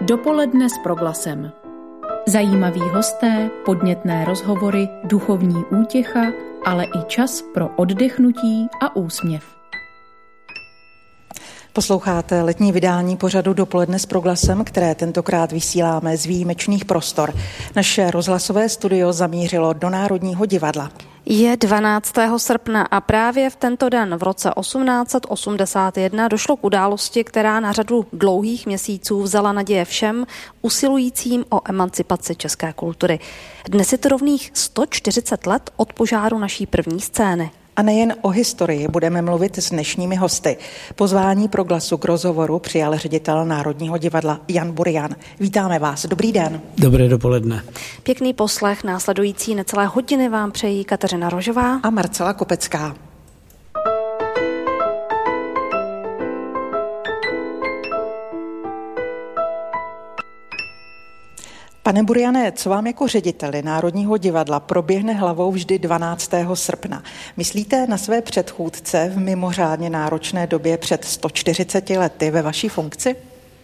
Dopoledne s Proglasem. Zajímaví hosté, podnětné rozhovory, duchovní útěcha, ale i čas pro oddechnutí a úsměv. Posloucháte letní vydání pořadu Dopoledne s Proglasem, které tentokrát vysíláme z výjimečných prostor. Naše rozhlasové studio zamířilo do Národního divadla. Je 12. srpna a právě v tento den v roce 1881 došlo k události, která na řadu dlouhých měsíců vzala naděje všem usilujícím o emancipaci české kultury. Dnes je to rovných 140 let od požáru naší první scény. A nejen o historii budeme mluvit s dnešními hosty. Pozvání Proglasu k rozhovoru přijal ředitel Národního divadla Jan Burian. Vítáme vás. Dobrý den. Dobré dopoledne. Pěkný poslech, následující necelé hodiny vám přejí Kateřina Rožová a Marcela Kopecká. Pane Buriane, co vám jako řediteli Národního divadla proběhne hlavou vždy 12. srpna? Myslíte na své předchůdce v mimořádně náročné době před 140 lety ve vaší funkci?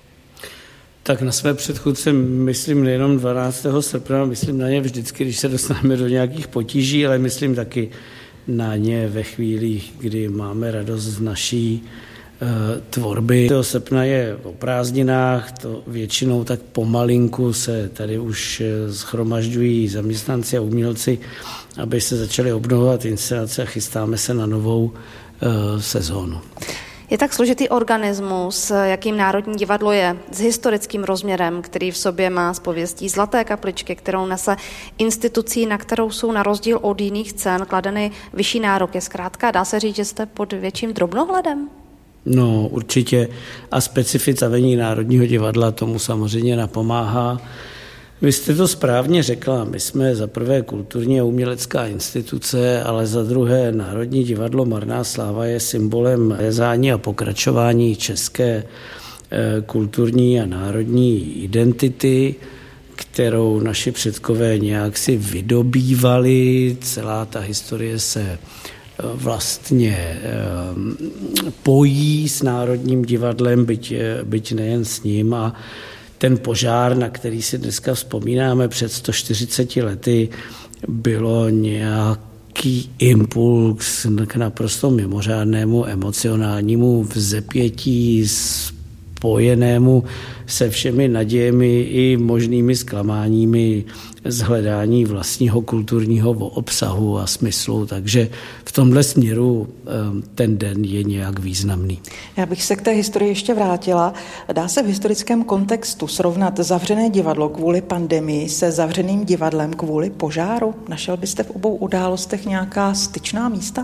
Tak na své předchůdce myslím nejenom 12. srpna, myslím na ně vždycky, když se dostaneme do nějakých potíží, ale myslím taky na ně ve chvílích, kdy máme radost z naší tvorby. 2. srpna je o prázdninách, to většinou tak pomalinku se tady už shromažďují zaměstnanci a umělci, aby se začali obnovovat inscenace a chystáme se na novou sezónu. Je tak složitý organismus, jakým Národní divadlo je, s historickým rozměrem, který v sobě má z pověstí Zlaté kapličky, kterou nese institucí, na kterou jsou na rozdíl od jiných scén kladeny vyšší nároky. Zkrátka dá se říct, že jste pod větším drobnohledem? No, určitě. A specifika vení Národního divadla tomu samozřejmě napomáhá. Vy jste to správně řekla, my jsme za prvé kulturní a umělecká instituce, ale za druhé Národní divadlo Marná sláva je symbolem řezání a pokračování české kulturní a národní identity, kterou naši předkové nějak si vydobývali. Celá ta historie se vlastně pojí s Národním divadlem, byť nejen s ním, a ten požár, na který si dneska vzpomínáme před 140 lety, bylo nějaký impuls k naprosto mimořádnému emocionálnímu vzepětí spojenému se všemi nadějemi i možnými zklamáními z hledání vlastního kulturního obsahu a smyslu. Takže v tomhle směru ten den je nějak významný. Já bych se k té historii ještě vrátila. Dá se v historickém kontextu srovnat zavřené divadlo kvůli pandemii se zavřeným divadlem kvůli požáru? Našel byste v obou událostech nějaká styčná místa?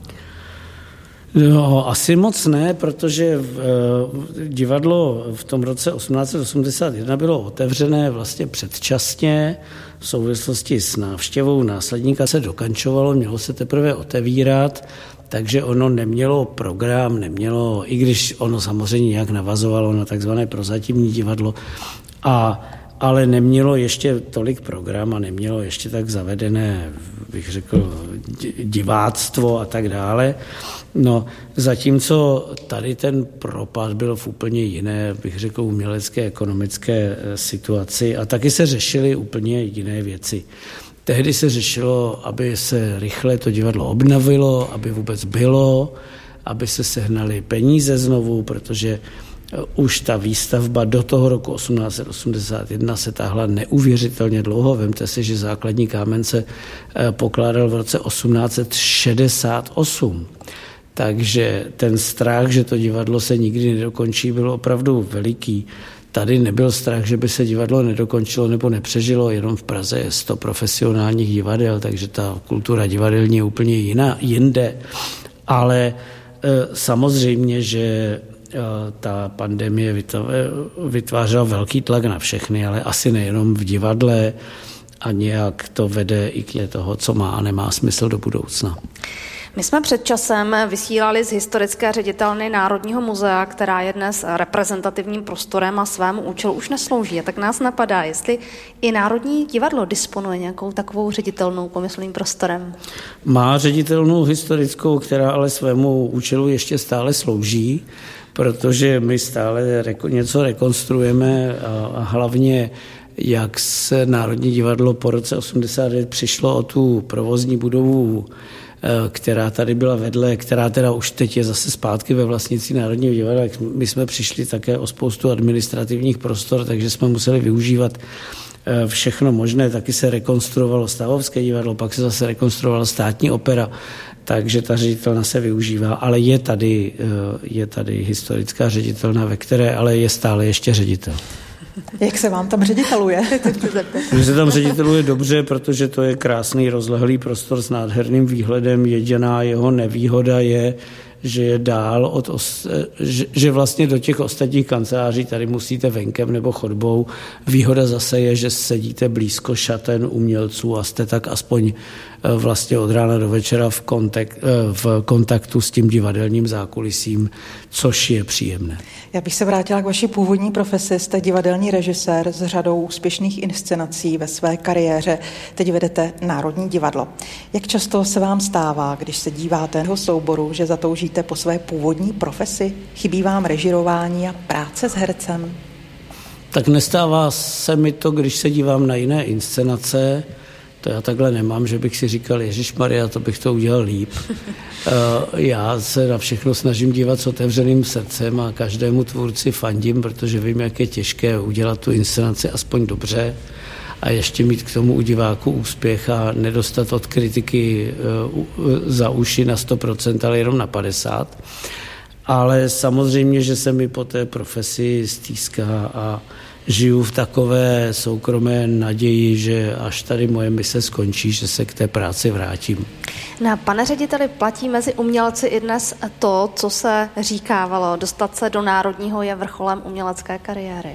No, asi moc ne, protože divadlo v tom roce 1881 bylo otevřené vlastně předčasně, v souvislosti s návštěvou následníka se dokončovalo, mělo se teprve otevírat, takže ono nemělo program, i když ono samozřejmě nějak navazovalo na takzvané prozatímní divadlo, ale nemělo ještě tolik program a nemělo ještě tak zavedené, bych řekl, diváctvo a tak dále. No, zatímco tady ten propad byl v úplně jiné, bych řekl, umělecké, ekonomické situaci a taky se řešily úplně jiné věci. Tehdy se řešilo, aby se rychle to divadlo obnovilo, aby vůbec bylo, aby se sehnaly peníze znovu, protože už ta výstavba do toho roku 1881 se táhla neuvěřitelně dlouho. Vemte si, že základní kámen se pokládal v roce 1868. Takže ten strach, že to divadlo se nikdy nedokončí, byl opravdu veliký. Tady nebyl strach, že by se divadlo nedokončilo nebo nepřežilo, jenom v Praze je 100 profesionálních divadel, takže ta kultura divadelní je úplně jinde. Ale samozřejmě, že ta pandemie vytvářela velký tlak na všechny, ale asi nejenom v divadle a nějak to vede i k toho, co má a nemá smysl do budoucna. My jsme před časem vysílali z historické ředitelny Národního muzea, která je dnes reprezentativním prostorem a svému účelu už neslouží. A tak nás napadá, jestli i Národní divadlo disponuje nějakou takovou ředitelnou pomyslným prostorem. Má ředitelnou historickou, která ale svému účelu ještě stále slouží. protože my stále něco rekonstruujeme a hlavně jak se Národní divadlo po roce 89 přišlo o tu provozní budovu, která tady byla vedle, která teda už teď je zase zpátky ve vlastnictví Národního divadla. My jsme přišli také o spoustu administrativních prostor, takže jsme museli využívat všechno možné. Taky se rekonstruovalo Stavovské divadlo, pak se zase rekonstruovala Státní opera, takže ta ředitelna se využívá, ale je tady historická ředitelna, ve které ale je stále ještě ředitel. Jak se vám tam řediteluje? Mně se tam řediteluje dobře, protože to je krásný rozlehlý prostor s nádherným výhledem. Jediná jeho nevýhoda je, že je dál že vlastně do těch ostatních kanceláří tady musíte venkem nebo chodbou. Výhoda zase je, že sedíte blízko šaten umělců a jste tak aspoň vlastně od rána do večera v kontaktu s tím divadelním zákulisím, což je příjemné. Já bych se vrátila k vaší původní profesi. Jste divadelní režisér s řadou úspěšných inscenací ve své kariéře. Teď vedete Národní divadlo. Jak často se vám stává, když se díváte do souboru, že zatoužíte po své původní profesi? Chybí vám režirování a práce s hercem? Tak nestává se mi to, když se dívám na jiné inscenace. To já takhle nemám, že bych si říkal, ježišmarja, to bych to udělal líp. Já se na všechno snažím dívat s otevřeným srdcem a každému tvůrci fandím, protože vím, jak je těžké udělat tu inscenaci aspoň dobře a ještě mít k tomu u diváku úspěch a nedostat od kritiky za uši na 100%, ale jenom na 50%. Ale samozřejmě, že se mi po té profesi stýská a žiju v takové soukromé naději, že až tady moje mise skončí, že se k té práci vrátím. Pane řediteli, platí mezi umělci i dnes to, co se říkávalo, dostat se do národního je vrcholem umělecké kariéry?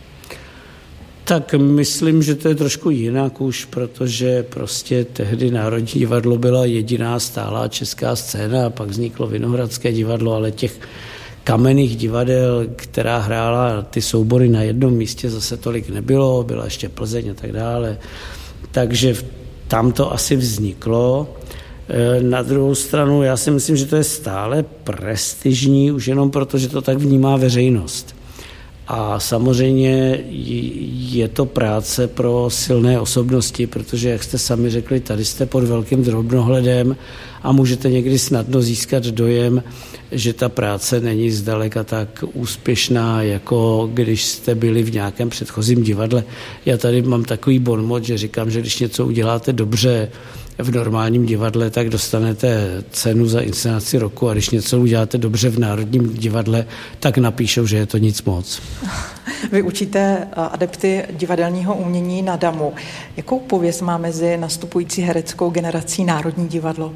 Tak myslím, že to je trošku jinak už, protože prostě tehdy Národní divadlo byla jediná stálá česká scéna a pak vzniklo Vinohradské divadlo, ale těch kamenných divadel, která hrála ty soubory na jednom místě, zase tolik nebylo, byla ještě Plzeň a tak dále. Takže tam to asi vzniklo. Na druhou stranu, já si myslím, že to je stále prestižní, už jenom proto, že to tak vnímá veřejnost. A samozřejmě je to práce pro silné osobnosti, protože, jak jste sami řekli, tady jste pod velkým drobnohledem a můžete někdy snadno získat dojem, že ta práce není zdaleka tak úspěšná, jako když jste byli v nějakém předchozím divadle. Já tady mám takový bonmot, že říkám, že když něco uděláte dobře v normálním divadle, tak dostanete cenu za inscenaci roku a když něco uděláte dobře v Národním divadle, tak napíšou, že je to nic moc. Vy učíte adepty divadelního umění na DAMu. Jakou pověst má mezi nastupující hereckou generací Národní divadlo?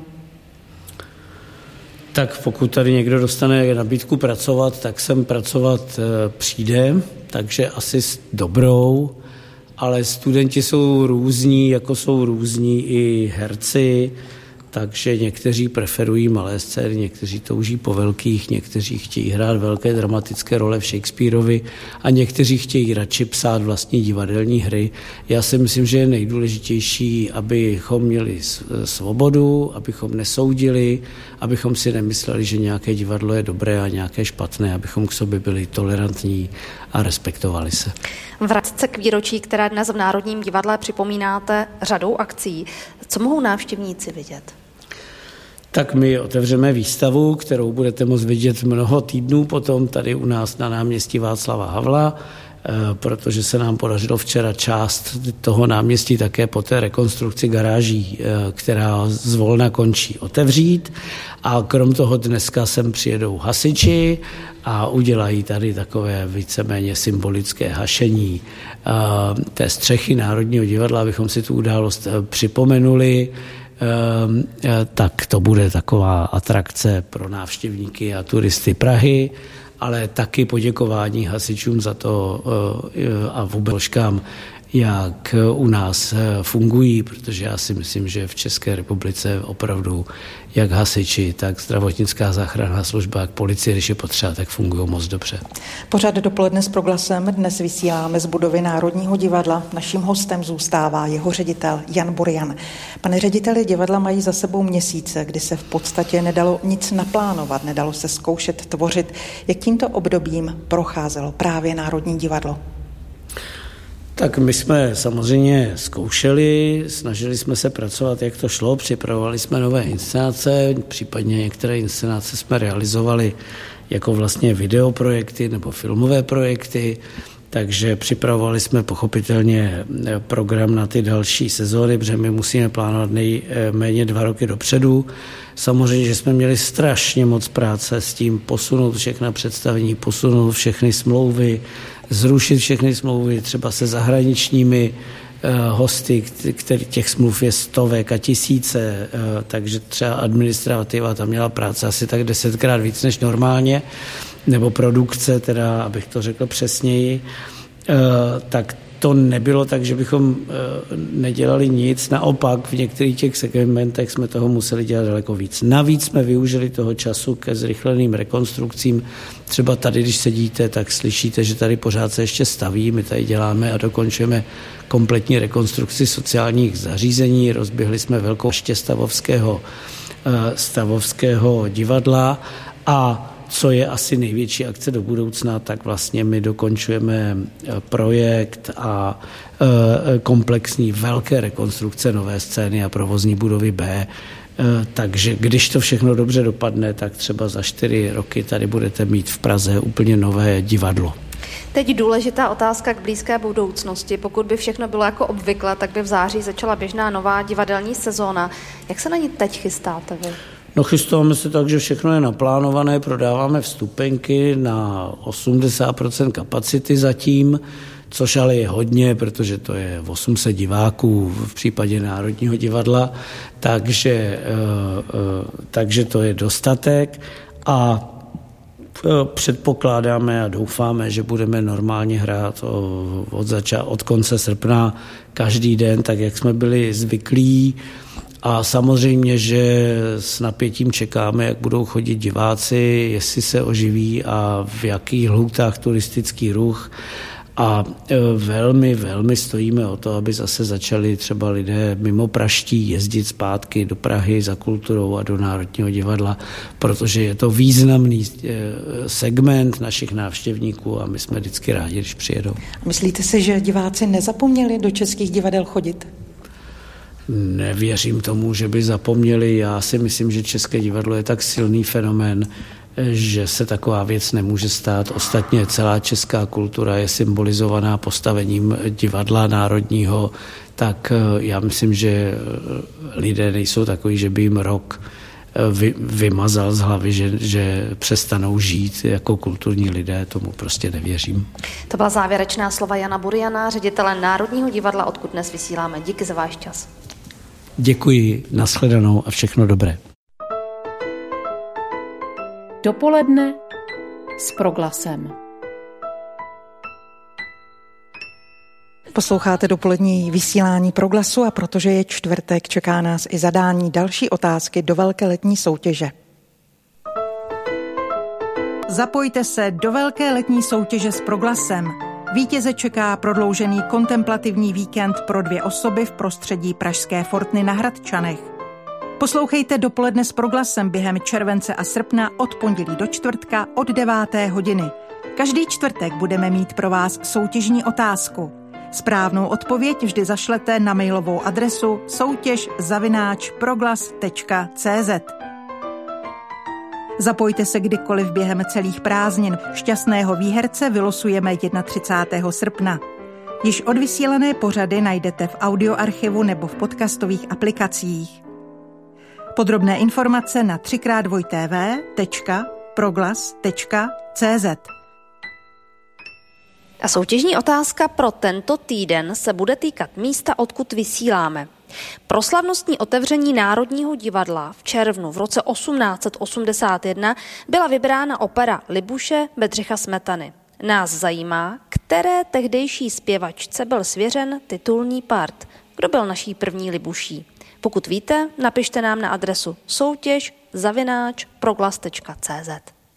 Tak pokud tady někdo dostane nabídku pracovat, tak sem pracovat přijde, takže asi s dobrou, ale studenti jsou různí, jako jsou různí i herci, takže někteří preferují malé scény, někteří touží po velkých, někteří chtějí hrát velké dramatické role v Shakespeareovi a někteří chtějí radši psát vlastní divadelní hry. Já si myslím, že je nejdůležitější, abychom měli svobodu, abychom nesoudili, abychom si nemysleli, že nějaké divadlo je dobré a nějaké špatné, abychom k sobě byli tolerantní a respektovali se. Vracet se k výročí, které dnes v Národním divadle připomínáte řadou akcí. Co mohou návštěvníci vidět? Tak my otevřeme výstavu, kterou budete moct vidět mnoho týdnů potom tady u nás na náměstí Václava Havla, protože se nám podařilo včera část toho náměstí také po té rekonstrukci garáží, která zvolna končí, otevřít. A krom toho dneska sem přijedou hasiči a udělají tady takové víceméně symbolické hašení té střechy Národního divadla, abychom si tu událost připomenuli. Tak to bude taková atrakce pro návštěvníky a turisty Prahy, ale taky poděkování hasičům za to a vůbec složkám, jak u nás fungují, protože já si myslím, že v České republice opravdu jak hasiči, tak zdravotnická záchranná služba, jak policie, když je potřeba, tak fungují moc dobře. Pořád dopoledne s Proglasem dnes vysíláme z budovy Národního divadla. Naším hostem zůstává jeho ředitel Jan Burian. Pane řediteli, divadla mají za sebou měsíce, kdy se v podstatě nedalo nic naplánovat, nedalo se zkoušet tvořit. Jak tímto obdobím procházelo právě Národní divadlo? Tak my jsme samozřejmě zkoušeli, snažili jsme se pracovat, jak to šlo, připravovali jsme nové inscenace, případně některé inscenace jsme realizovali jako vlastně videoprojekty nebo filmové projekty, takže připravovali jsme pochopitelně program na ty další sezóny, protože my musíme plánovat nejméně 2 roky dopředu. Samozřejmě, že jsme měli strašně moc práce s tím posunout všechna představení, posunout všechny smlouvy, zrušit všechny smlouvy třeba se zahraničními hosty, těch smluv je stovek a tisíce, takže třeba administrativa tam měla práce asi tak 10krát víc než normálně, nebo produkce, teda, abych to řekl přesněji, tak to nebylo tak, že bychom nedělali nic, naopak v některých těch segmentech jsme toho museli dělat daleko víc. Navíc jsme využili toho času ke zrychleným rekonstrukcím. Třeba tady, když sedíte, tak slyšíte, že tady pořád se ještě staví. My tady děláme a dokončujeme kompletní rekonstrukci sociálních zařízení. Rozběhli jsme velkou ještě stavovského divadla a co je asi největší akce do budoucna, tak vlastně my dokončujeme projekt a komplexní velké rekonstrukce nové scény a provozní budovy B. Takže když to všechno dobře dopadne, tak třeba za 4 roky tady budete mít v Praze úplně nové divadlo. Teď důležitá otázka k blízké budoucnosti. Pokud by všechno bylo jako obvykle, tak by v září začala běžná nová divadelní sezóna. Jak se na ní teď chystáte vy? No chystáme se tak, že všechno je naplánované, prodáváme vstupenky na 80% kapacity zatím, což ale je hodně, protože to je 800 diváků v případě Národního divadla, takže to je dostatek a předpokládáme a doufáme, že budeme normálně hrát od konce srpna každý den, tak jak jsme byli zvyklí. A samozřejmě, že s napětím čekáme, jak budou chodit diváci, jestli se oživí a v jakých lhůtách turistický ruch. A velmi, velmi stojíme o to, aby zase začali třeba lidé mimo praští jezdit zpátky do Prahy za kulturou a do Národního divadla, protože je to významný segment našich návštěvníků a my jsme vždycky rádi, když přijedou. Myslíte si, že diváci nezapomněli do českých divadel chodit? Nevěřím tomu, že by zapomněli. Já si myslím, že České divadlo je tak silný fenomén, že se taková věc nemůže stát. Ostatně celá česká kultura je symbolizovaná postavením divadla národního, tak já myslím, že lidé nejsou takový, že by jim rok vymazal z hlavy, že přestanou žít jako kulturní lidé, tomu prostě nevěřím. To byla závěrečná slova Jana Buriana, ředitele Národního divadla, odkud dnes vysíláme. Díky za váš čas. Děkuji, nashledanou a všechno dobré. Dopoledne s Proglasem. Posloucháte dopolední vysílání Proglasu a protože je čtvrtek, čeká nás i zadání další otázky do velké letní soutěže. Zapojte se do velké letní soutěže s Proglasem. Vítěze čeká prodloužený kontemplativní víkend pro 2 osoby v prostředí pražské Fortny na Hradčanech. Poslouchejte Dopoledne s Proglasem během července a srpna od pondělí do čtvrtka od 9. hodiny. Každý čtvrtek budeme mít pro vás soutěžní otázku. Správnou odpověď vždy zašlete na mailovou adresu soutěž@proglas.cz. Zapojte se kdykoliv během celých prázdnin. Šťastného výherce vylosujeme 31. srpna. Již odvysílané pořady najdete v audioarchivu nebo v podcastových aplikacích. Podrobné informace na 3x2tv.proglas.cz. A soutěžní otázka pro tento týden se bude týkat místa, odkud vysíláme. Pro slavnostní otevření Národního divadla v červnu v roce 1881 byla vybrána opera Libuše Bedřicha Smetany. Nás zajímá, který které tehdejší zpěvačce byl svěřen titulní part. Kdo byl naší první Libuší? Pokud víte, napište nám na adresu soutěž@proglas.cz.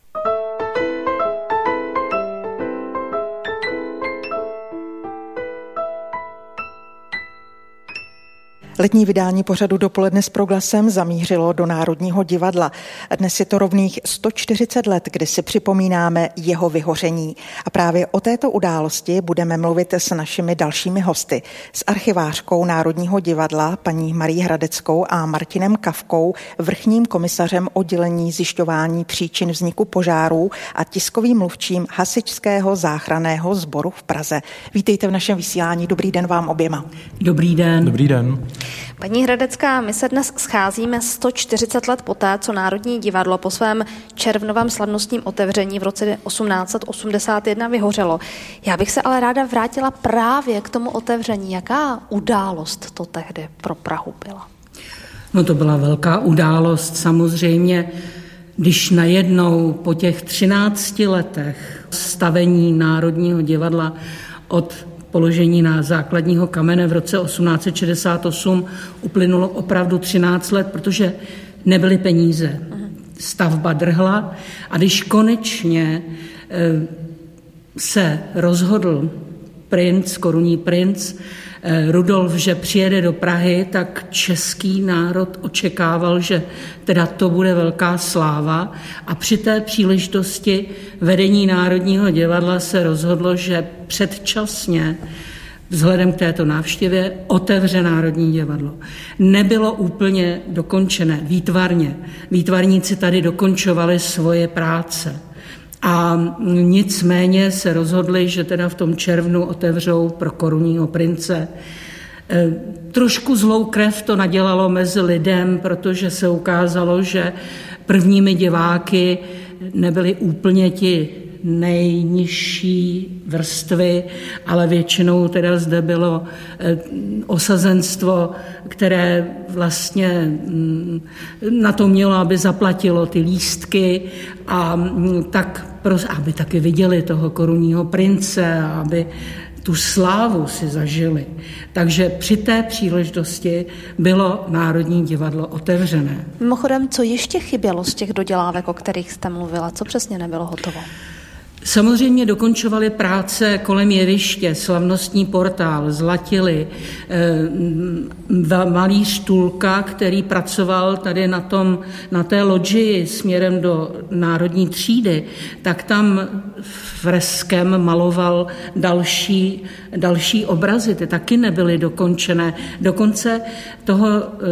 Letní vydání pořadu Dopoledne s Proglasem zamířilo do Národního divadla. Dnes je to rovných 140 let, kdy si připomínáme jeho vyhoření. A právě o této události budeme mluvit s našimi dalšími hosty. S archivářkou Národního divadla paní Marí Hradeckou a Martinem Kavkou, vrchním komisařem oddělení zjišťování příčin vzniku požárů a tiskovým mluvčím Hasičského záchranného sboru v Praze. Vítejte v našem vysílání. Dobrý den vám oběma. Dobrý den. Dobrý den. Paní Hradecká, my se dnes scházíme 140 let poté, co Národní divadlo po svém červnovém slavnostním otevření v roce 1881 vyhořelo. Já bych se ale ráda vrátila právě k tomu otevření. Jaká událost to tehdy pro Prahu byla? No to byla velká událost samozřejmě, když najednou po těch 13 letech stavení Národního divadla od položení na základního kamene v roce 1868 uplynulo opravdu 13 let, protože nebyly peníze. Stavba drhla a když konečně se rozhodl korunní princ Rudolf, že přijede do Prahy, tak český národ očekával, že teda to bude velká sláva a při té příležitosti vedení Národního divadla se rozhodlo, že předčasně vzhledem k této návštěvě otevře Národní divadlo. Nebylo úplně dokončené výtvarně. Výtvarníci tady dokončovali svoje práce. A nicméně se rozhodli, že teda v tom červnu otevřou pro korunního prince. Trošku zlou krev to nadělalo mezi lidem, protože se ukázalo, že prvními diváky nebyli úplně ti nejnižší vrstvy, ale většinou teda zde bylo osazenstvo, které vlastně na to mělo, aby zaplatilo ty lístky a tak, aby taky viděli toho korunního prince a aby tu slávu si zažili. Takže při té příležitosti bylo Národní divadlo otevřené. Mimochodem, co ještě chybělo z těch dodělávek, o kterých jste mluvila? Co přesně nebylo hotovo? Samozřejmě dokončovali práce kolem jeviště, slavnostní portál, zlatili. Malíř Tulka, který pracoval tady na té lodži směrem do Národní třídy, tak tam freskem maloval další obrazy, ty taky nebyly dokončené. Dokonce toho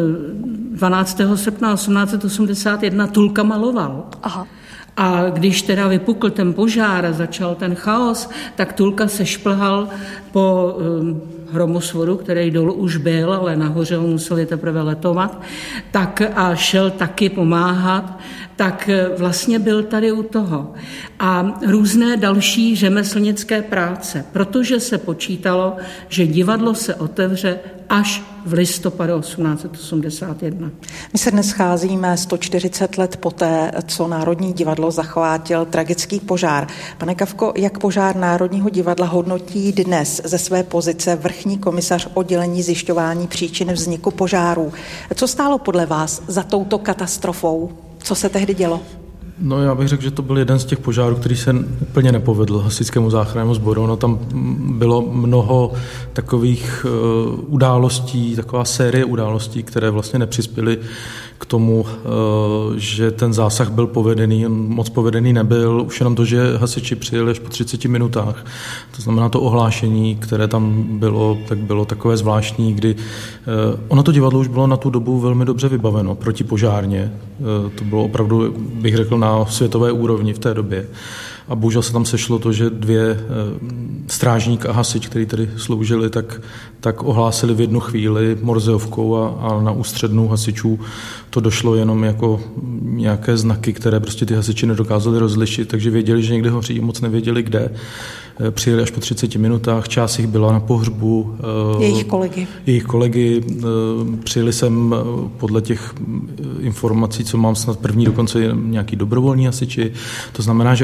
12. srpna 1881 Tulka maloval. Aha. A když teda vypukl ten požár a začal ten chaos, tak Tulka se šplhal po hromosvodu, který dolů už byl, ale nahoře ho museli teprve letovat, tak a šel taky pomáhat, tak vlastně byl tady u toho. A různé další řemeslnické práce, protože se počítalo, že divadlo se otevře až v listopadu 1881. My se dnes scházíme 140 let poté, co Národní divadlo zachvátil tragický požár. Pane Kavko, jak požár Národního divadla hodnotí dnes ze své pozice vrchní komisař oddělení zjišťování příčin vzniku požárů? Co stálo podle vás za touto katastrofou? Co se tehdy dělo? No já bych řekl, že to byl jeden z těch požárů, který se úplně nepovedl Hasičskému záchrannému sboru. No tam bylo mnoho takových událostí, taková série událostí, které vlastně nepřispěly k tomu, že ten zásah byl povedený. On moc povedený nebyl. Už jenom to, že hasiči přijeli až po 30 minutách. To znamená to ohlášení, které tam bylo, tak bylo takové zvláštní, kdy ono to divadlo už bylo na tu dobu velmi dobře vybaveno protipožárně. To bylo opravdu, bych řekl, na světové úrovni v té době. A bohužel se tam sešlo to, že dvě strážník a hasič, který tady sloužili, tak ohlásili v jednu chvíli morzeovkou a na ústřednu hasičů to došlo jenom jako nějaké znaky, které prostě ty hasiči nedokázali rozlišit, takže věděli, že někde hoří, moc nevěděli kde. Přijeli až po 30 minutách, část jich byla na pohřbu. Jejich kolegy. Přijeli sem podle těch informací, co mám snad první, dokonce nějaký dobrovolní hasiči. To znamená, že opravdu přijeli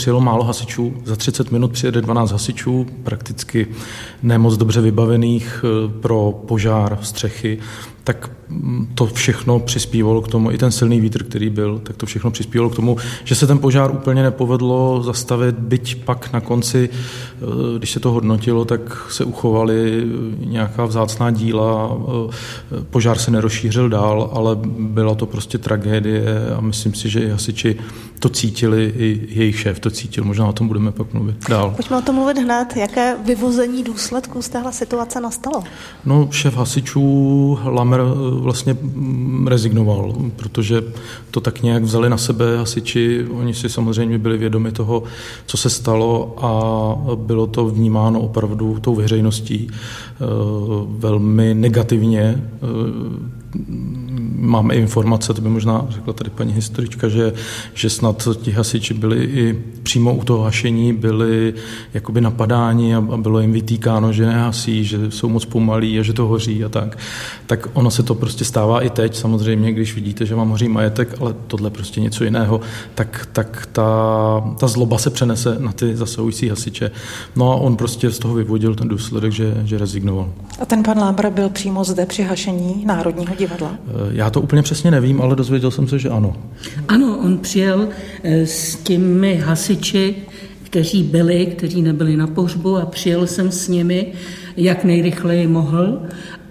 přijelo málo hasičů, za 30 minut přijede 12 hasičů, prakticky nemoc dobře vybavených pro požár střechy, tak to všechno přispívalo k tomu, i ten silný vítr, který byl, tak to všechno přispívalo k tomu, že se ten požár úplně nepovedlo zastavit, byť pak na konci, když se to hodnotilo, tak se uchovaly nějaká vzácná díla, požár se nerozšířil dál, ale byla to prostě tragédie a myslím si, že i hasiči to cítili, i jejich šéf to cítil. Možná o tom budeme pak mluvit dál. Pojďme o tom mluvit hned. Jaké vyvození důsledků z téhle situace nastalo? No, šéf hasičů Lamer vlastně rezignoval, protože to tak nějak vzali na sebe hasiči. Oni si samozřejmě byli vědomi toho, co se stalo a bylo to vnímáno opravdu tou veřejností velmi negativně. Máme informace, to by možná řekla tady paní historička, že snad ti hasiči byli i přímo u toho hašení, byli jakoby napadáni a bylo jim vytýkáno, že nehasí, že jsou moc pomalí a že to hoří a tak. Tak ono se to prostě stává i teď, samozřejmě, když vidíte, že vám hoří majetek, ale tohle prostě něco jiného, tak ta zloba se přenese na ty zasahující hasiče. No a on prostě z toho vyvodil ten důsledek, že rezignoval. A ten pan Lámbr byl přímo zde při hašení Národního divadla? Já to úplně přesně nevím, ale dozvěděl jsem se, že ano. Ano, on přijel s těmi hasiči, kteří nebyli na pohřbu a přijel jsem s nimi, jak nejrychleji mohl,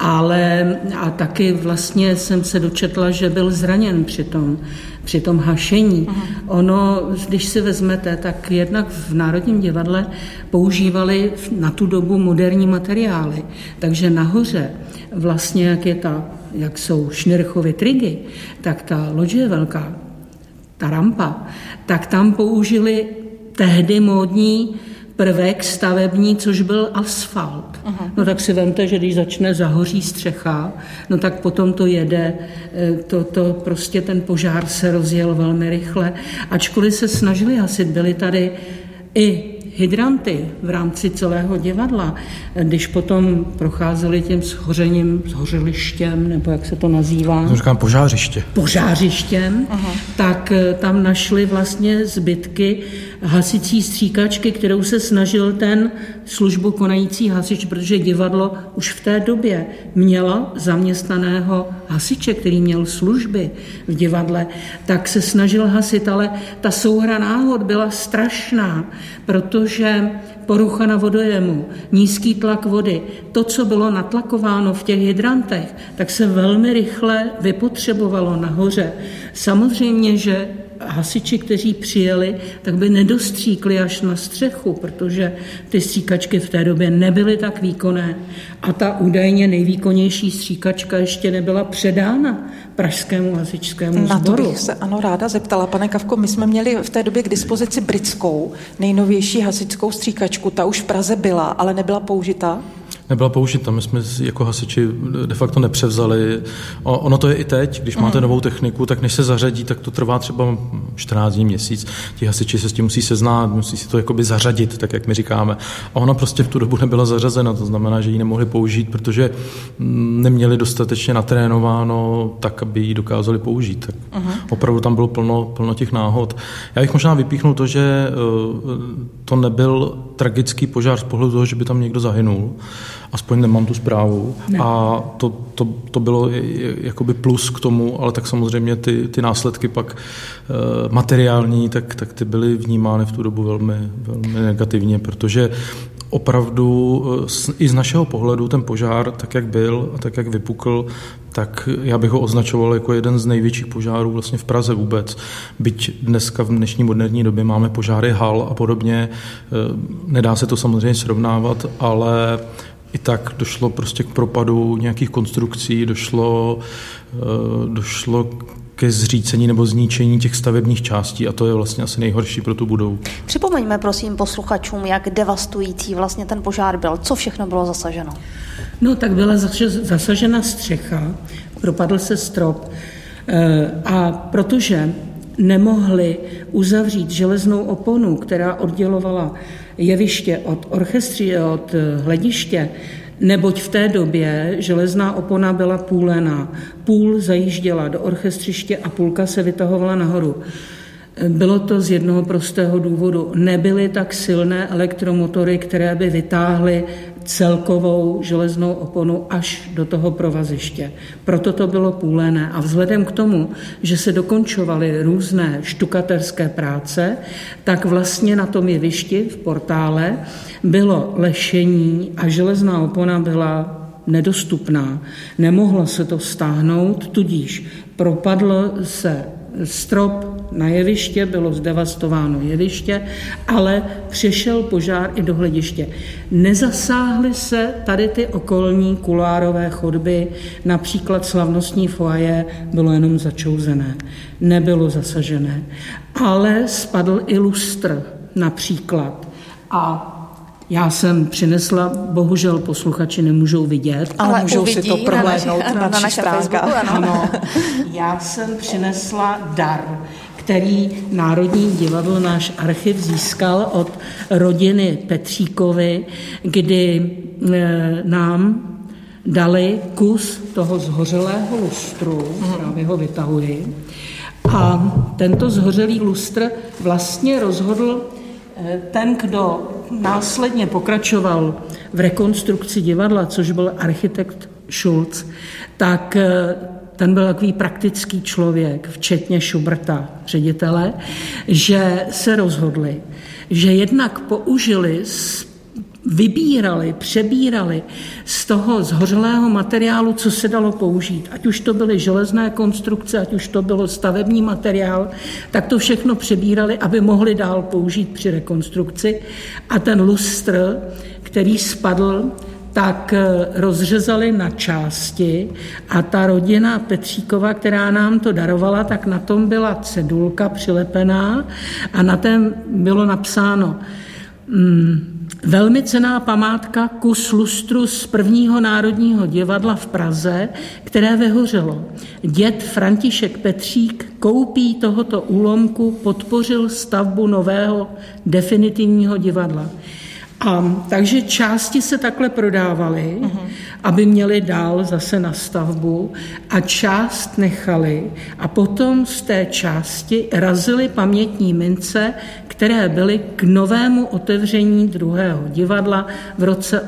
a taky vlastně jsem se dočetla, že byl zraněn při tom hašení. Ono, když si vezmete, tak jednak v Národním divadle používali na tu dobu moderní materiály, takže nahoře vlastně, jak jsou Schnirchovy trigy, tak ta loďe velká, ta rampa, tak tam použili tehdy módní prvek stavební, což byl asfalt. No tak si vemte, že když začne zahoří střecha, no tak potom to jede, to prostě ten požár se rozjel velmi rychle. Ačkoliv se snažili hasit, byly tady i hydranty v rámci celého divadla, když potom procházeli tím zhořelištěm, nebo jak se to nazývá? To říkám Požářištěm, tak tam našli vlastně zbytky hasicí stříkačky, kterou se snažil ten službu konající hasič, protože divadlo už v té době mělo zaměstnaného hasiče, který měl služby v divadle, tak se snažil hasit, ale ta souhra náhod byla strašná, protože porucha na vodojemu, nízký tlak vody, to, co bylo natlakováno v těch hydrantech, tak se velmi rychle vypotřebovalo nahoře. Samozřejmě, že hasiči, kteří přijeli, tak by nedostříkli až na střechu, protože ty stříkačky v té době nebyly tak výkonné. A ta údajně nejvýkonnější stříkačka ještě nebyla předána pražskému hasičskému sboru. Na to bych se ráda zeptala, pane Kavko, my jsme měli v té době k dispozici britskou, nejnovější hasičskou stříkačku, ta už v Praze byla, ale nebyla použita? Nebyla použita, my jsme jako hasiči de facto nepřevzali. Ono to je i teď, když máte novou techniku, tak než se zařadí, tak to trvá třeba 14 dní, měsíc. Ti hasiči se s tím musí seznámit, musí si to jakoby zařadit, tak jak my říkáme. A ona prostě v tu dobu nebyla zařazena, to znamená, že ji nemohli použít, protože neměli dostatečně natrénováno tak, aby ji dokázali použít. Tak opravdu tam bylo plno těch náhod. Já bych možná vypíchnul to, že to nebyl tragický požár z pohledu toho, že by tam někdo zahynul. Aspoň nemám tu zprávu. Ne. A to bylo jakoby plus k tomu, ale tak samozřejmě ty následky pak materiální, tak ty byly vnímány v tu dobu velmi, velmi negativně, protože opravdu i z našeho pohledu ten požár, tak jak byl a tak jak vypukl, tak já bych ho označoval jako jeden z největších požárů vlastně v Praze vůbec. Byť dneska v dnešní moderní době máme požáry hal a podobně, nedá se to samozřejmě srovnávat, ale i tak došlo prostě k propadu nějakých konstrukcí, došlo ke zřícení nebo zničení těch stavebních částí a to je vlastně asi nejhorší pro tu budovu. Připomeňme prosím posluchačům, jak devastující vlastně ten požár byl. Co všechno bylo zasaženo? No tak byla zasažena střecha, propadl se strop a protože nemohli uzavřít železnou oponu, která oddělovala jeviště od hlediště, neboť v té době železná opona byla půlená. Půl zajížděla do orchestřiště a půlka se vytahovala nahoru. Bylo to z jednoho prostého důvodu. Nebyly tak silné elektromotory, které by vytáhly celkovou železnou oponu až do toho provaziště. Proto to bylo půlené. A vzhledem k tomu, že se dokončovaly různé štukaterské práce, tak vlastně na tom jevišti v portále bylo lešení a železná opona byla nedostupná. Nemohlo se to stáhnout, tudíž propadl se strop na jeviště, bylo zdevastováno jeviště, ale přišel požár i do hlediště. Nezasáhly se tady ty okolní kulárové chodby, například slavnostní foyer bylo jenom začouzené, nebylo zasažené, ale spadl i lustr například. A já jsem přinesla, bohužel posluchači nemůžou vidět, ale můžou si to prohlédnout na našich stránkách. Ano, já jsem přinesla dar, který Národní divadlo, náš archiv, získal od rodiny Petříkovy, kdy nám dali kus toho zhořelého lustru, právě ho vytahuji, a tento zhořelý lustr vlastně rozhodl ten, kdo následně pokračoval v rekonstrukci divadla, což byl architekt Schulz, tak ten byl takový praktický člověk, včetně Schuberta, ředitele, že se rozhodli, že jednak přebírali z toho zhořelého materiálu, co se dalo použít. Ať už to byly železné konstrukce, ať už to bylo stavební materiál, tak to všechno přebírali, aby mohli dál použít při rekonstrukci. A ten lustr, který spadl, tak rozřezali na části a ta rodina Petříkova, která nám to darovala, tak na tom byla cedulka přilepená a na tom bylo napsáno velmi cenná památka, kus lustru z prvního Národního divadla v Praze, které vyhořelo. Děd František Petřík koupí tohoto úlomku podpořil stavbu nového definitivního divadla. A takže části se takhle prodávaly, aby měli dál zase na stavbu, a část nechali a potom z té části razili pamětní mince, které byly k novému otevření druhého divadla v roce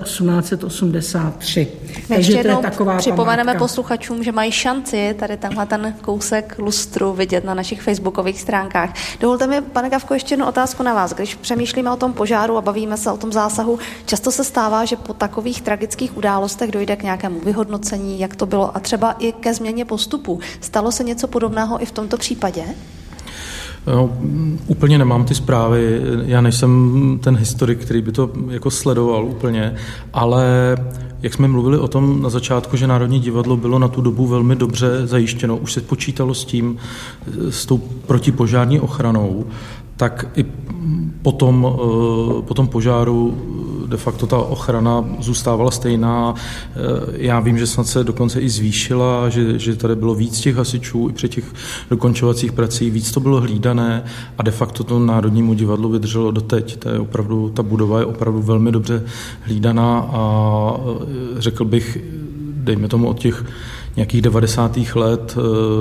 1883. Takže to je taková připomeneme památka posluchačům, že mají šanci tady tenhle ten kousek lustru vidět na našich facebookových stránkách. Dovolte mi, pane Kavko, ještě jednu otázku na vás. Když přemýšlíme o tom požáru a bavíme se o tom zásahu, často se stává, že po takových tragických událostech dojde k nějakému vyhodnocení, jak to bylo, a třeba i ke změně postupu. Stalo se něco podobného i v tomto případě? No, úplně nemám ty zprávy, já nejsem ten historik, který by to jako sledoval úplně, ale jak jsme mluvili o tom na začátku, že Národní divadlo bylo na tu dobu velmi dobře zajištěno, už se počítalo s tou protipožární ochranou, tak i po tom požáru de facto ta ochrana zůstávala stejná. Já vím, že snad se dokonce i zvýšila, že tady bylo víc těch hasičů i při těch dokončovacích pracích, víc to bylo hlídané a de facto to Národnímu divadlu vydrželo doteď. To je opravdu, ta budova je opravdu velmi dobře hlídaná a řekl bych, dejme tomu od těch nějakých 90. let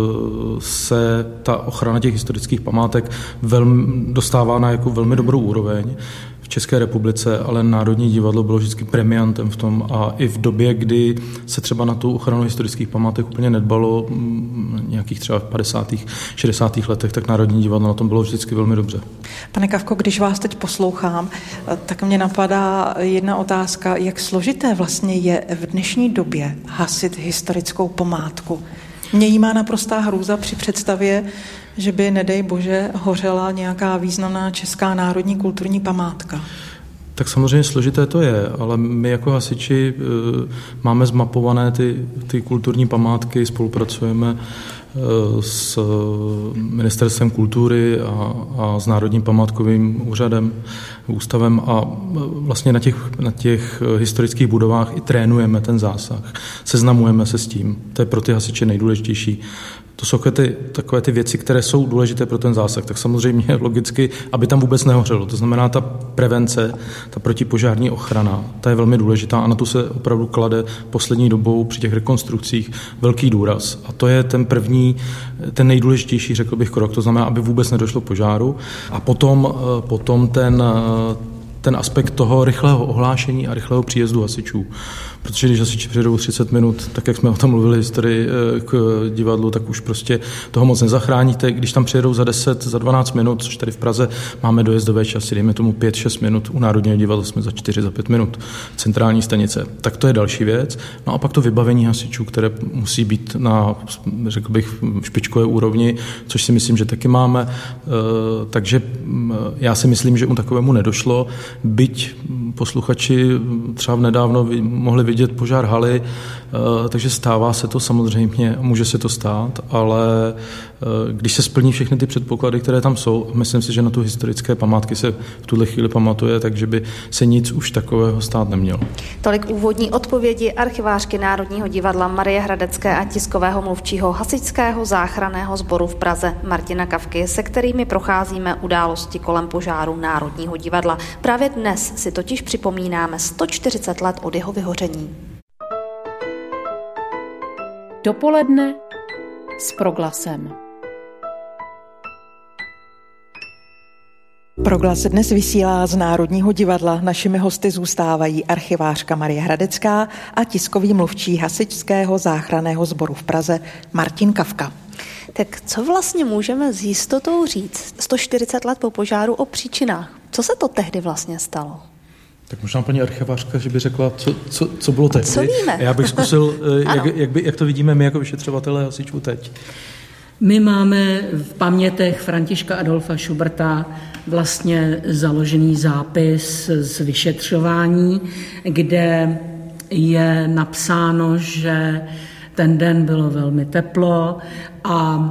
se ta ochrana těch historických památek dostává na jako velmi dobrou úroveň v České republice, ale Národní divadlo bylo vždycky premiantem v tom a i v době, kdy se třeba na tu ochranu historických památek úplně nedbalo, nějakých třeba v 50. 60. letech, tak Národní divadlo na tom bylo vždycky velmi dobře. Pane Kavko, když vás teď poslouchám, tak mě napadá jedna otázka, jak složité vlastně je v dnešní době hasit historickou památku. Mě jí má naprostá hrůza při představě, že by, nedej bože, hořela nějaká významná česká národní kulturní památka. Tak samozřejmě složité to je, ale my jako hasiči máme zmapované ty kulturní památky, spolupracujeme s Ministerstvem kultury a s Národním památkovým ústavem a vlastně na těch historických budovách i trénujeme ten zásah. Seznamujeme se s tím. To je pro ty hasiče nejdůležitější. To jsou takové ty věci, které jsou důležité pro ten zásah. Tak samozřejmě logicky, aby tam vůbec nehořelo. To znamená, ta prevence, ta protipožární ochrana, ta je velmi důležitá a na tu se opravdu klade poslední dobou při těch rekonstrukcích velký důraz. A to je ten první, ten nejdůležitější, řekl bych, krok. To znamená, aby vůbec nedošlo k požáru. A potom ten aspekt toho rychlého ohlášení a rychlého příjezdu hasičů. Protože když hasiči přijedou 30 minut, tak jak jsme o tom mluvili tady k divadlu, tak už prostě toho moc nezachráníte. Když tam přijedou za 10, za 12 minut, což tady v Praze máme dojezdové časy, dejme tomu 5-6 minut, u Národního divadla jsme za 4, za 5 minut, centrální stanice. Tak to je další věc. No a pak to vybavení hasičů, které musí být na, řekl bych, špičkové úrovni, což si myslím, že taky máme. Takže já si myslím, že u takovému nedošlo, byť posluchači třeba nedávno mohli vidět požár haly, takže stává se to samozřejmě, může se to stát, ale když se splní všechny ty předpoklady, které tam jsou, myslím si, že na tu historické památky se v tuhle chvíli pamatuje, takže by se nic už takového stát nemělo. Tolik úvodní odpovědi archivářky Národního divadla Marie Hradecké a tiskového mluvčího Hasičského záchranného sboru v Praze Martina Kafky, se kterými procházíme události kolem požáru Národního divadla. Právě dnes si totiž připomínáme 140 let od jeho vyhoření. Dopoledne s Proglasem. Proglas dnes vysílá z Národního divadla. Našimi hosty zůstávají archivářka Marie Hradecká a tiskový mluvčí Hasičského záchranného sboru v Praze Martin Kafka. Tak co vlastně můžeme s jistotou říct 140 let po požáru o příčinách? Co se to tehdy vlastně stalo? Tak možná paní archivářka, že by řekla, co bylo tehdy. Co víme? Já bych zkusil, jak to vidíme my jako vyšetřovatelé hasičů teď. My máme v pamětech Františka Adolfa Schuberta vlastně založený zápis z vyšetřování, kde je napsáno, že ten den bylo velmi teplo a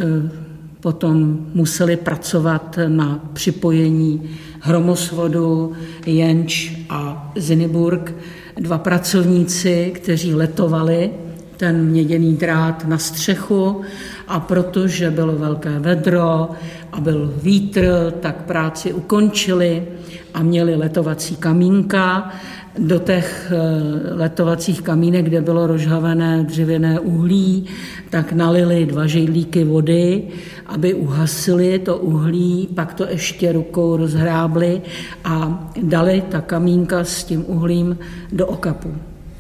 potom museli pracovat na připojení hromosvodu Jenč a Ziniburg, 2 pracovníci, kteří letovali ten měděný drát na střechu a protože bylo velké vedro a byl vítr, tak práci ukončili a měli letovací kamínka. Do těch letovacích kamínek, kde bylo rozhavené dřevěné uhlí, tak nalili 2 žejlíky vody, aby uhasili to uhlí, pak to ještě rukou rozhrábli a dali ta kamínka s tím uhlím do okapu.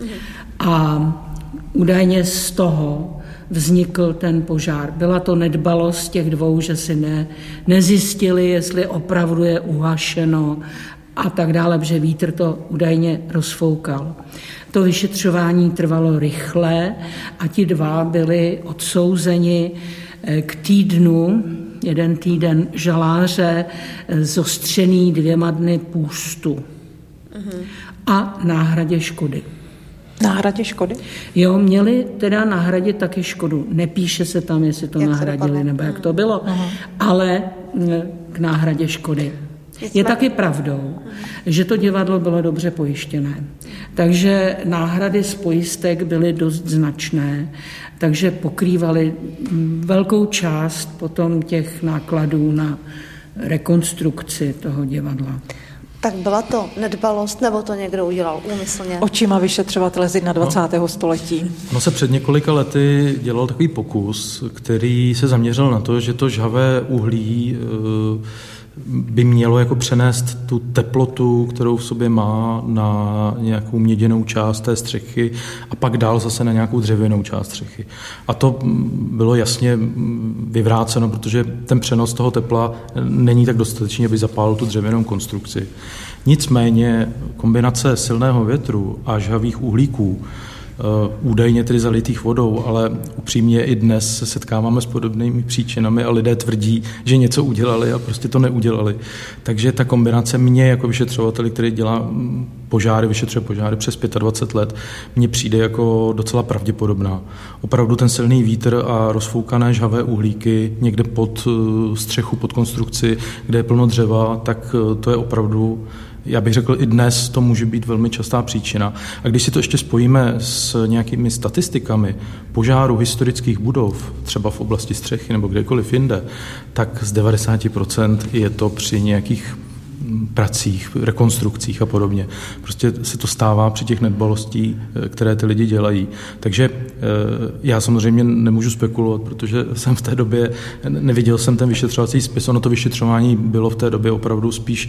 A údajně z toho vznikl ten požár. Byla to nedbalost těch 2, že si nezjistili, jestli opravdu je uhašeno a tak dále, protože vítr to údajně rozfoukal. To vyšetřování trvalo rychle a ti 2 byli odsouzeni k týdnu, 1 týden žaláře, zostřený 2 dny půstu a náhradě škody. Náhradě škody? Jo, měli teda nahradit taky škodu. Nepíše se tam, jestli to nahradili, nebo jak to bylo, ale k náhradě škody. Je taky pravdou, že to divadlo bylo dobře pojištěné. Takže náhrady z pojistek byly dost značné, takže pokrývaly velkou část potom těch nákladů na rekonstrukci toho divadla. Tak byla to nedbalost, nebo to někdo udělal úmyslně? Očima vyšetřovatele z 21. století. No se před několika lety dělal takový pokus, který se zaměřil na to, že to žhavé uhlí by mělo jako přenést tu teplotu, kterou v sobě má, na nějakou měděnou část té střechy a pak dál zase na nějakou dřevěnou část střechy. A to bylo jasně vyvráceno, protože ten přenos toho tepla není tak dostatečný, aby zapálil tu dřevěnou konstrukci. Nicméně kombinace silného větru a žhavých uhlíků, údajně tedy zalitých vodou, ale upřímně i dnes se setkáváme s podobnými příčinami a lidé tvrdí, že něco udělali a prostě to neudělali. Takže ta kombinace mě jako vyšetřovateli, který dělá požáry, vyšetřuje požáry přes 25 let, mně přijde jako docela pravděpodobná. Opravdu ten silný vítr a rozfoukané žhavé uhlíky někde pod střechu, pod konstrukci, kde je plno dřeva, tak to je opravdu já bych řekl, i dnes to může být velmi častá příčina. A když si to ještě spojíme s nějakými statistikami požáru historických budov, třeba v oblasti střechy nebo kdekoliv jinde, tak z 90% je to při nějakých pracích, rekonstrukcích a podobně. Prostě se to stává při těch nedbalostí, které ty lidi dělají. Takže já samozřejmě nemůžu spekulovat, protože jsem v té době, neviděl jsem ten vyšetřovací spis, ono to vyšetřování bylo v té době opravdu spíš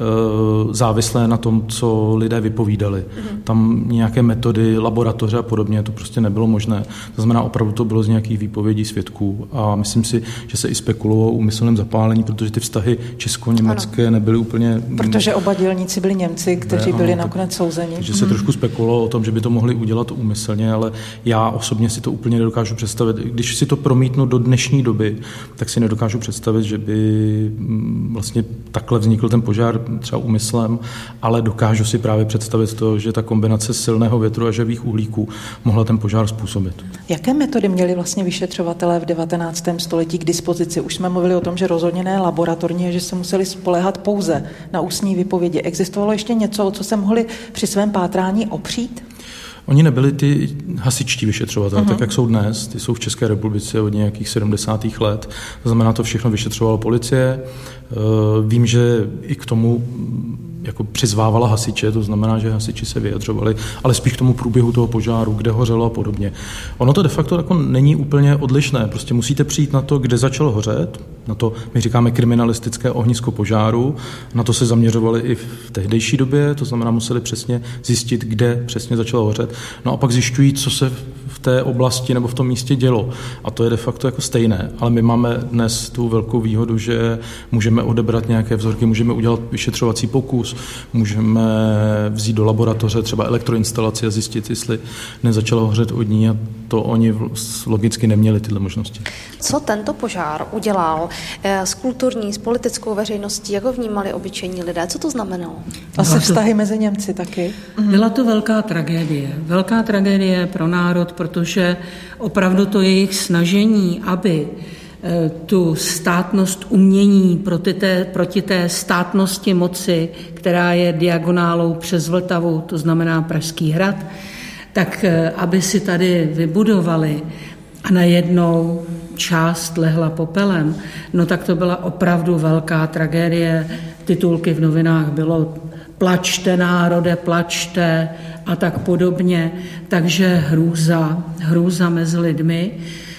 závislé na tom, co lidé vypovídali. Tam nějaké metody, laboratoře a podobně, to prostě nebylo možné. To znamená, opravdu to bylo z nějakých výpovědí svědků a myslím si, že se i spekulovalo o úmyslném zapálení, protože ty vztahy česko-německé nebyly úplně... Protože oba dělníci byli Němci, kteří byli nakonec souzeni. Takže se trošku spekulovalo o tom, že by to mohli udělat úmyslně, ale já osobně si to úplně nedokážu představit. Když si to promítnu do dnešní doby, tak si nedokážu představit, že by vlastně takhle vznikl ten požár třeba úmyslem, ale dokážu si právě představit to, že ta kombinace silného větru a živých uhlíků mohla ten požár způsobit. Jaké metody měli vlastně vyšetřovatelé v 19. století k dispozici? Už jsme mluvili o tom, že rozhodně ne laboratorně, že se museli spoléhat pouze na ústní výpovědi. Existovalo ještě něco, o co se mohli při svém pátrání opřít? Oni nebyli ty hasičtí vyšetřovatelé, tak jak jsou dnes. Ty jsou v České republice od nějakých 70. let. To znamená, to všechno vyšetřovala policie. Vím, že i k tomu jako přizvávala hasiče, to znamená, že hasiči se vyjadřovali, ale spíš k tomu průběhu toho požáru, kde hořelo a podobně. Ono to de facto jako není úplně odlišné. Prostě musíte přijít na to, kde začalo hořet, na to my říkáme kriminalistické ohnisko požáru, na to se zaměřovali i v tehdejší době, to znamená, museli přesně zjistit, kde přesně začalo hořet. No a pak zjišťují, co se v té oblasti nebo v tom místě dělo. A to je de facto jako stejné. Ale my máme dnes tu velkou výhodu, že můžeme odebrat nějaké vzorky, můžeme udělat vyšetřovací pokus, můžeme vzít do laboratoře třeba elektroinstalaci a zjistit, jestli nezačalo hořet od ní, a to oni logicky neměli tyhle možnosti. Co tento požár udělal s kulturní, s politickou veřejností, jak ho vnímali obyčejní lidé? Co to znamenalo? Asi vztahy mezi Němci taky. Byla to velká tragédie. Velká tragédie pro národ, protože opravdu to jejich snažení, aby tu státnost umění proti té státnosti moci, která je diagonálou přes Vltavu, to znamená Pražský hrad, tak aby si tady vybudovali a najednou část lehla popelem, no tak to byla opravdu velká tragédie. Titulky v novinách bylo plačte národe, plačte a tak podobně. Takže hrůza mezi lidmi.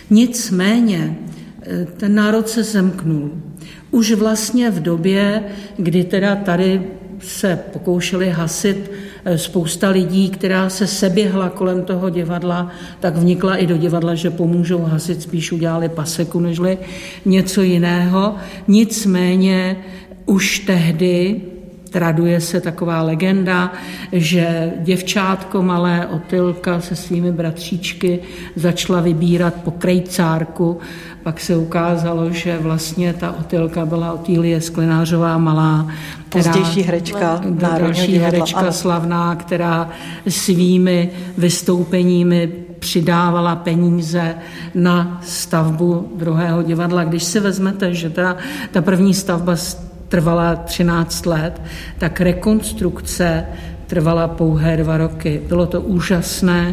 Nicméně ten národ se semknul. Už vlastně v době, kdy teda tady se pokoušeli hasit spousta lidí, která se seběhla kolem toho divadla, tak vnikla i do divadla, že pomůžou hasit, spíš udělali paseku, nežli něco jiného. Nicméně už tehdy traduje se taková legenda, že děvčátko malé Otylka se svými bratříčky začala vybírat po krejcárku. Pak se ukázalo, že vlastně ta Otylka byla Otýlie Sklenářová malá. Pozdější herečka Národního divadla. Herečka slavná, která svými vystoupeními přidávala peníze na stavbu druhého divadla. Když si vezmete, že ta první stavba trvala 13 let, tak rekonstrukce trvala pouhé 2 roky. Bylo to úžasné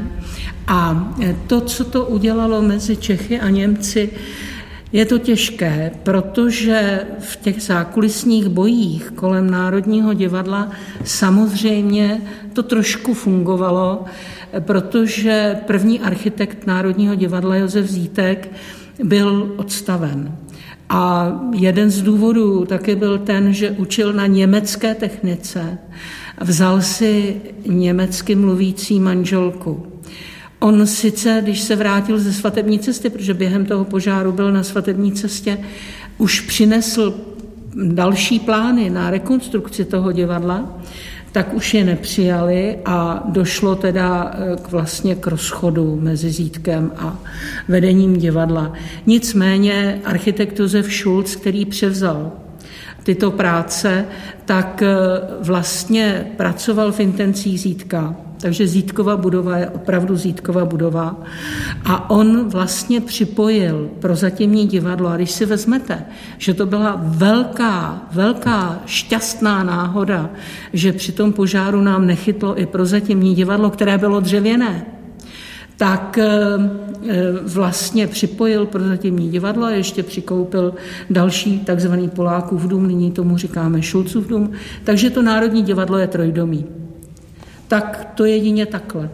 a to, co to udělalo mezi Čechy a Němci, je to těžké, protože v těch zákulisních bojích kolem Národního divadla samozřejmě to trošku fungovalo, protože první architekt Národního divadla Josef Zítek byl odstaven. A jeden z důvodů taky byl ten, že učil na německé technice. Vzal si německy mluvící manželku. On sice, když se vrátil ze svatební cesty, protože během toho požáru byl na svatební cestě, už přinesl další plány na rekonstrukci toho divadla, tak už je nepřijali a došlo teda vlastně k rozchodu mezi Zítkem a vedením divadla. Nicméně architekt Josef Schulz, který převzal tyto práce, tak vlastně pracoval v intencích Zítka. Takže Zítkova budova je opravdu Zítkova budova. A on vlastně připojil Prozatímní divadlo. A když si vezmete, že to byla velká šťastná náhoda, že při tom požáru nám nechytlo i Prozatímní divadlo, které bylo dřevěné, tak vlastně připojil Prozatímní divadlo a ještě přikoupil další takzvaný Polákův dům, nyní tomu říkáme Šulcův dům, takže to Národní divadlo je trojdomí. Tak to jedině takhle.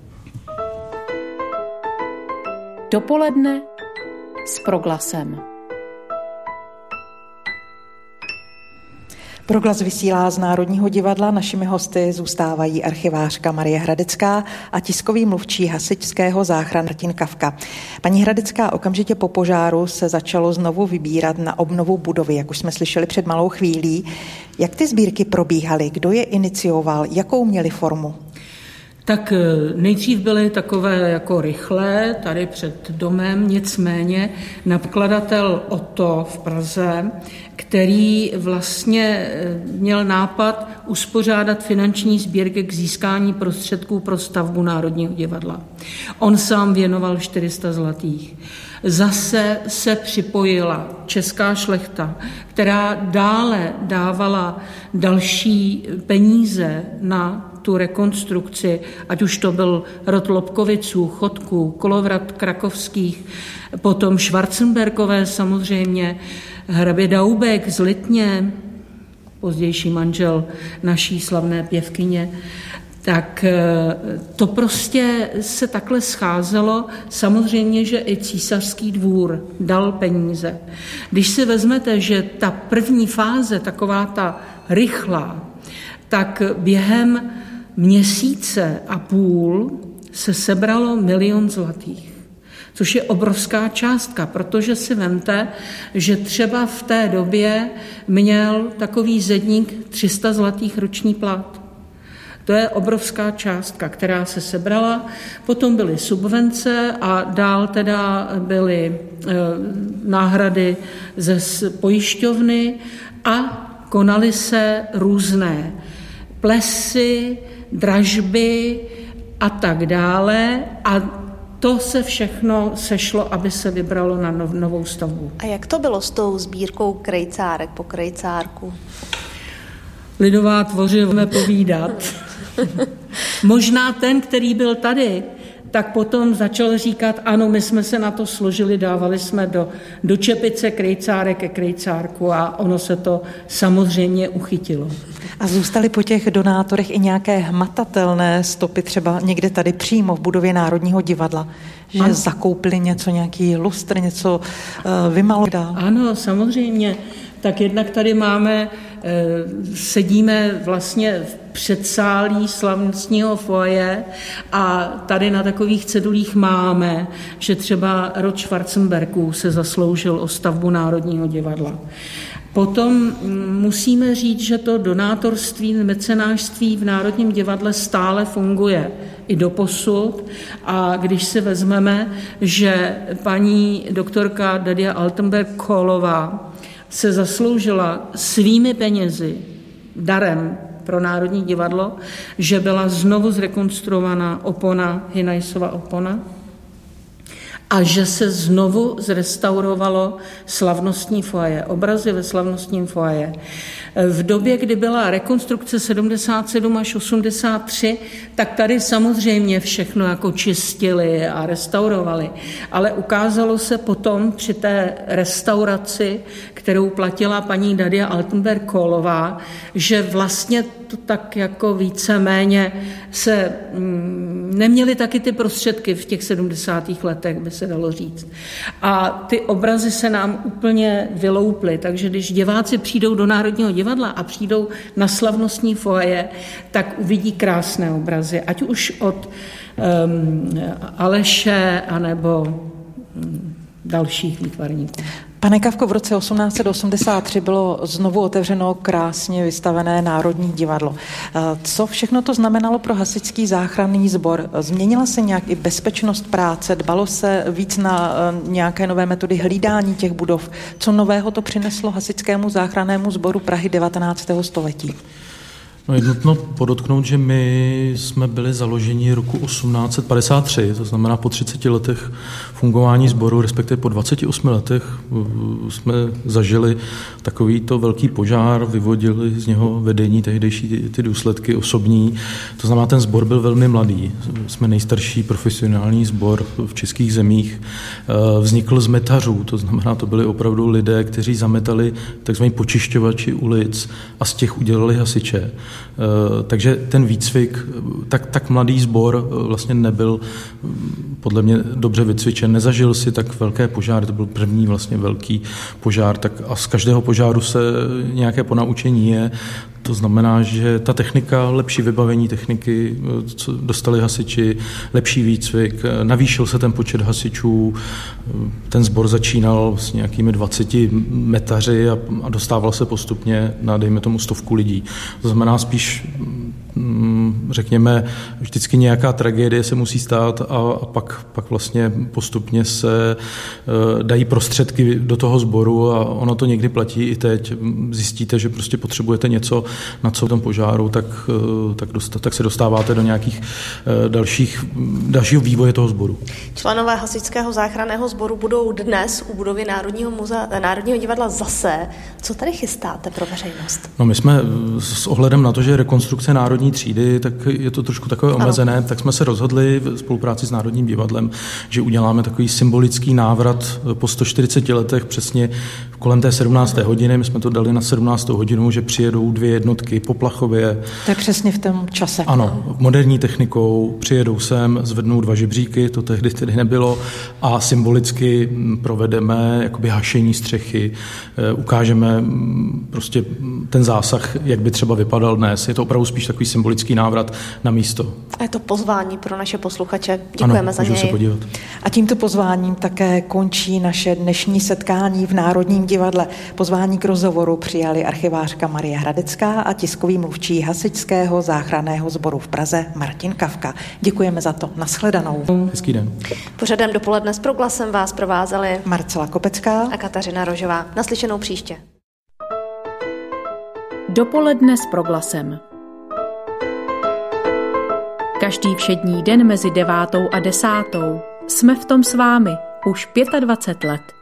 Dopoledne s Proglasem. Proglas vysílá z Národního divadla. Našimi hosty zůstávají archivářka Marie Hradecká a tiskový mluvčí hasičského záchran Martin Kafka. Paní Hradecká, okamžitě po požáru se začalo znovu vybírat na obnovu budovy, jak už jsme slyšeli před malou chvílí. Jak ty sbírky probíhaly? Kdo je inicioval? Jakou měly formu? Tak nejdřív byly takové jako rychlé, tady před domem, nicméně nakladatel Otto v Praze, který vlastně měl nápad uspořádat finanční sbírky k získání prostředků pro stavbu Národního divadla. On sám věnoval 400 zlatých. Zase se připojila česká šlechta, která dále dávala další peníze na tu rekonstrukci, ať už to byl rod Lobkoviců, Chodků, Kolovrat Krakovských, potom Schwarzenbergové samozřejmě, hrabě Daubek z Litně, pozdější manžel naší slavné pěvkyně, tak to prostě se takhle scházelo. Samozřejmě, že i císařský dvůr dal peníze. Když si vezmete, že ta první fáze, taková ta rychlá, tak během měsíce a půl se sebralo 1 000 000 zlatých, což je obrovská částka, protože si vemte, že třeba v té době měl takový zedník 300 zlatých roční plat. To je obrovská částka, která se sebrala. Potom byly subvence a dál teda byly náhrady ze pojišťovny a konaly se různé plesy, dražby a tak dále a to se všechno sešlo, aby se vybralo na novou stavbu. A jak to bylo s tou sbírkou krejcárek po krejcárku? Lidová tvořivme povídat. Možná ten, který byl tady, tak potom začal říkat, ano, my jsme se na to složili, dávali jsme do čepice krejcárek ke krejcárku a ono se to samozřejmě uchytilo. A zůstaly po těch donátorech i nějaké hmatatelné stopy, třeba někde tady přímo v budově Národního divadla, že ano, zakoupili něco, nějaký lustr, něco vymalovali? Ano, samozřejmě. Tak jednak tady máme, sedíme vlastně v předsálí slavnostního foaje a tady na takových cedulích máme, že třeba rod Schwarzenbergů se zasloužil o stavbu Národního divadla. Potom musíme říct, že to donátorství, mecenášství v Národním divadle stále funguje i doposud a když si vezmeme, že paní doktorka Dadia Altenberg-Kohlová se zasloužila svými penězi, darem pro Národní divadlo, že byla znovu zrekonstruovaná opona, Hinajsova opona, a že se znovu zrestaurovalo slavnostní foaje, obrazy ve slavnostním foaje. V době, kdy byla rekonstrukce 77 až 83, tak tady samozřejmě všechno jako čistili a restaurovali, ale ukázalo se potom při té restauraci, kterou platila paní Dadia Altenberg-Kohlová, že vlastně to tak jako víceméně se neměly taky ty prostředky v těch 70. letech, by se dalo říct. A ty obrazy se nám úplně vylouply, takže když diváci přijdou do Národního divadla a přijdou na slavnostní foaje, tak uvidí krásné obrazy, ať už od Aleše, anebo dalších výtvarníků. Pane Kavko, v roce 1883 bylo znovu otevřeno krásně vystavené Národní divadlo. Co všechno to znamenalo pro hasičský záchranný sbor? Změnila se nějak i bezpečnost práce? Dbalo se víc na nějaké nové metody hlídání těch budov? Co nového to přineslo hasičskému záchrannému sboru Prahy 19. století? No, je nutno podotknout, že my jsme byli založeni roku 1853, to znamená po 30 letech fungování sboru, respektive po 28 letech jsme zažili takovýto velký požár, vyvodili z něho vedení tehdejší ty důsledky osobní. To znamená, ten sbor byl velmi mladý. Jsme nejstarší profesionální sbor v českých zemích. Vznikl z metařů, to znamená, to byli opravdu lidé, kteří zametali takzvaní počišťovači ulic a z těch udělali hasiče. Takže ten výcvik, tak mladý sbor vlastně nebyl podle mě dobře vycvičen, nezažil si tak velké požáry, to byl první vlastně velký požár, tak a z každého požáru se nějaké ponaučení je. To znamená, že ta technika, lepší vybavení techniky, co dostali hasiči, lepší výcvik, navýšil se ten počet hasičů, ten sbor začínal s nějakými 20 metaři a dostával se postupně na, dejme tomu, 100 lidí. To znamená spíš, řekněme, vždycky nějaká tragédie se musí stát a pak vlastně postupně se dají prostředky do toho sboru a ono to někdy platí i teď. Zjistíte, že prostě potřebujete něco na co v tom požáru, tak se dostáváte do nějakých dalšího vývoje toho sboru. Členové hasičského záchranného sboru budou dnes u budovy Národního divadla zase. Co tady chystáte pro veřejnost? No, my jsme s ohledem na to, že rekonstrukce Národní třídy, tak je to trošku takové omezené, tak jsme se rozhodli v spolupráci s Národním divadlem, že uděláme takový symbolický návrat po 140 letech přesně kolem té 17. hodiny. My jsme to dali na 17. hodinu, že přijedou 2 jednotky po Plachově. To je přesně v tom čase. Ano, moderní technikou přijedou sem, zvednou 2 žebříky, to tehdy nebylo, a symbolicky provedeme jakoby hašení střechy, ukážeme prostě ten zásah, jak by třeba vypadal dnes. Je to opravdu spíš takový symbolický návrat na místo. A je to pozvání pro naše posluchače. Děkujeme za něj. Se podívat. A tímto pozváním také končí naše dnešní setkání v Národním divadle. Pozvání k rozhovoru přijali archivářka Marie Hradecká a tiskový mluvčí hasičského záchranného sboru v Praze Martin Kavka. Děkujeme za to. Nashledanou. Hezký den. Pořadem Dopoledne s Proglasem vás provázeli Marcela Kopecká a Kateřina Rožová. Naslyšenou příště. Dopoledne s Proglasem. Každý všední den mezi 9. a 10. jsme v tom s vámi už 25 let.